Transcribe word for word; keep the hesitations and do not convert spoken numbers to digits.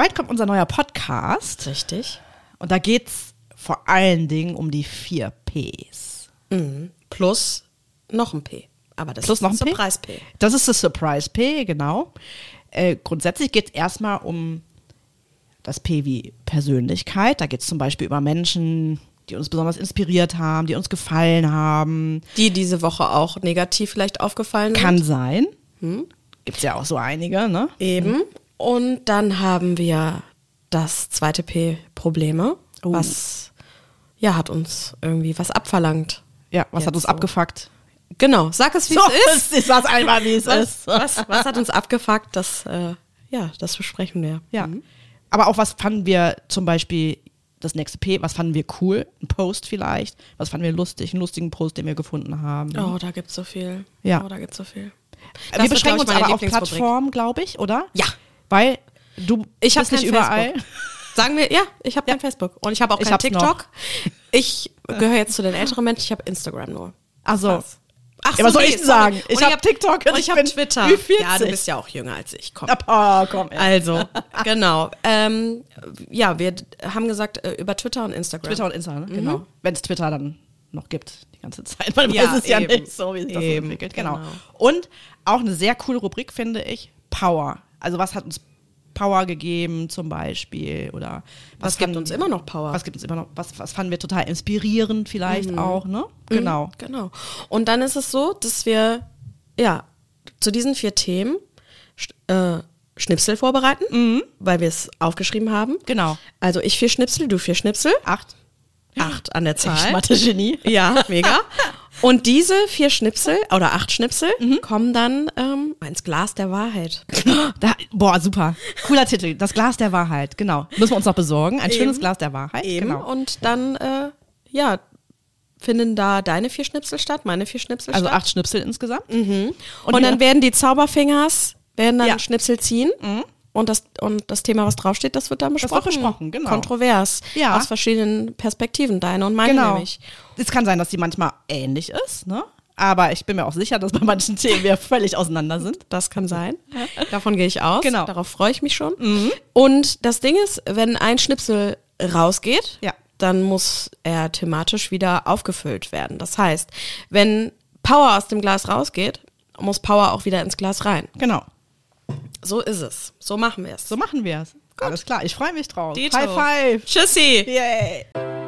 bald kommt unser neuer Podcast. Richtig. Und da geht's vor allen Dingen um die vier Ps. Mhm. Plus noch ein P. Aber das Plus ist noch ein ein Surprise P. Das ist das Surprise P, genau. Äh, grundsätzlich geht es erstmal um das P wie Persönlichkeit. Da geht es zum Beispiel über Menschen, die uns besonders inspiriert haben, die uns gefallen haben. Die diese Woche auch negativ vielleicht aufgefallen sind. Kann sein. Hm? Gibt es ja auch so einige, ne? Eben. Und dann haben wir das zweite P, Probleme. Oh. Was, ja, hat uns irgendwie was abverlangt. Ja, was Jetzt hat uns so. abgefuckt? Genau, sag es, wie So, es ist. Ich sag's einmal, wie es Was, ist. was, was hat uns abgefuckt? Das, äh, ja, das besprechen wir. Ja. Mhm. Aber auch was fanden wir zum Beispiel, das nächste P, was fanden wir cool? Ein Post vielleicht? Was fanden wir lustig? Einen lustigen Post, den wir gefunden haben? Oh, da gibt's so viel. Ja. Oh, da gibt's so viel. wir Das beschränken wird, uns glaub ich, meine aber auf Lieblingsrubrik. Plattformen, glaube ich, oder? Ja. Weil du Ich hab bist nicht kein überall. Facebook. Sagen wir, ja, ich habe kein Facebook. Und ich habe auch Ich kein hab's TikTok. noch. Ich gehöre jetzt zu den älteren Menschen, ich habe Instagram nur. Also, Krass. Ach ja, was soll ich nee, denn sagen? sorry. Ich Und hab TikTok und und ich ich habe bin Twitter. Ü vierzig. Ja, du bist ja auch jünger als ich. Komm. oh, komm, ey. Also, genau. Ähm, ja, wir haben gesagt, äh, über Twitter und Instagram. Twitter und Insta, ne? Genau. Wenn es Twitter dann noch gibt, die ganze Zeit. Man Ja, weiß es ja eben. nicht, so wie sich das so Eben, entwickelt. Genau. genau. Und auch eine sehr coole Rubrik, finde ich, Power. Also was hat uns Power gegeben zum Beispiel? Oder was, Was gibt fanden- uns immer noch Power? Was gibt uns immer noch, was, was fanden wir total inspirierend vielleicht auch, ne? Genau. Mhm, genau. Und dann ist es so, dass wir, ja, zu diesen vier Themen sch- äh, Schnipsel vorbereiten, weil wir es aufgeschrieben haben. Genau. Also ich vier Schnipsel, du vier Schnipsel. Acht. Acht an der Zahl. Ich Mathe-Genie. Ja, mega. Und diese vier Schnipsel oder acht Schnipsel kommen dann ähm, ins Glas der Wahrheit. Da, boah, super. Cooler Titel. Das Glas der Wahrheit, genau. Müssen wir uns noch besorgen. Ein Eben. schönes Glas der Wahrheit. Eben. Genau. Und dann, äh, ja, finden da deine vier Schnipsel statt, meine vier Schnipsel Also statt. acht Schnipsel insgesamt. Und, Und dann wir- werden die Zauberfingers, werden dann Ja. Schnipsel ziehen. Und das, und das Thema, was draufsteht, das wird dann Das besprochen. wird besprochen, genau. Kontrovers. Ja. Aus verschiedenen Perspektiven, deine und meine Genau. nämlich. Es kann sein, dass die manchmal ähnlich ist, ne? Aber ich bin mir auch sicher, dass bei manchen Themen wir völlig auseinander sind. Das kann sein. Davon gehe ich aus. Genau. Darauf freue ich mich schon. Und das Ding ist, wenn ein Schnipsel rausgeht, Ja. dann muss er thematisch wieder aufgefüllt werden. Das heißt, wenn Power aus dem Glas rausgeht, muss Power auch wieder ins Glas rein. Genau. So ist es. So machen wir es. So machen wir es. Alles klar, ich freue mich drauf. Dito. High five. Tschüssi. Yay.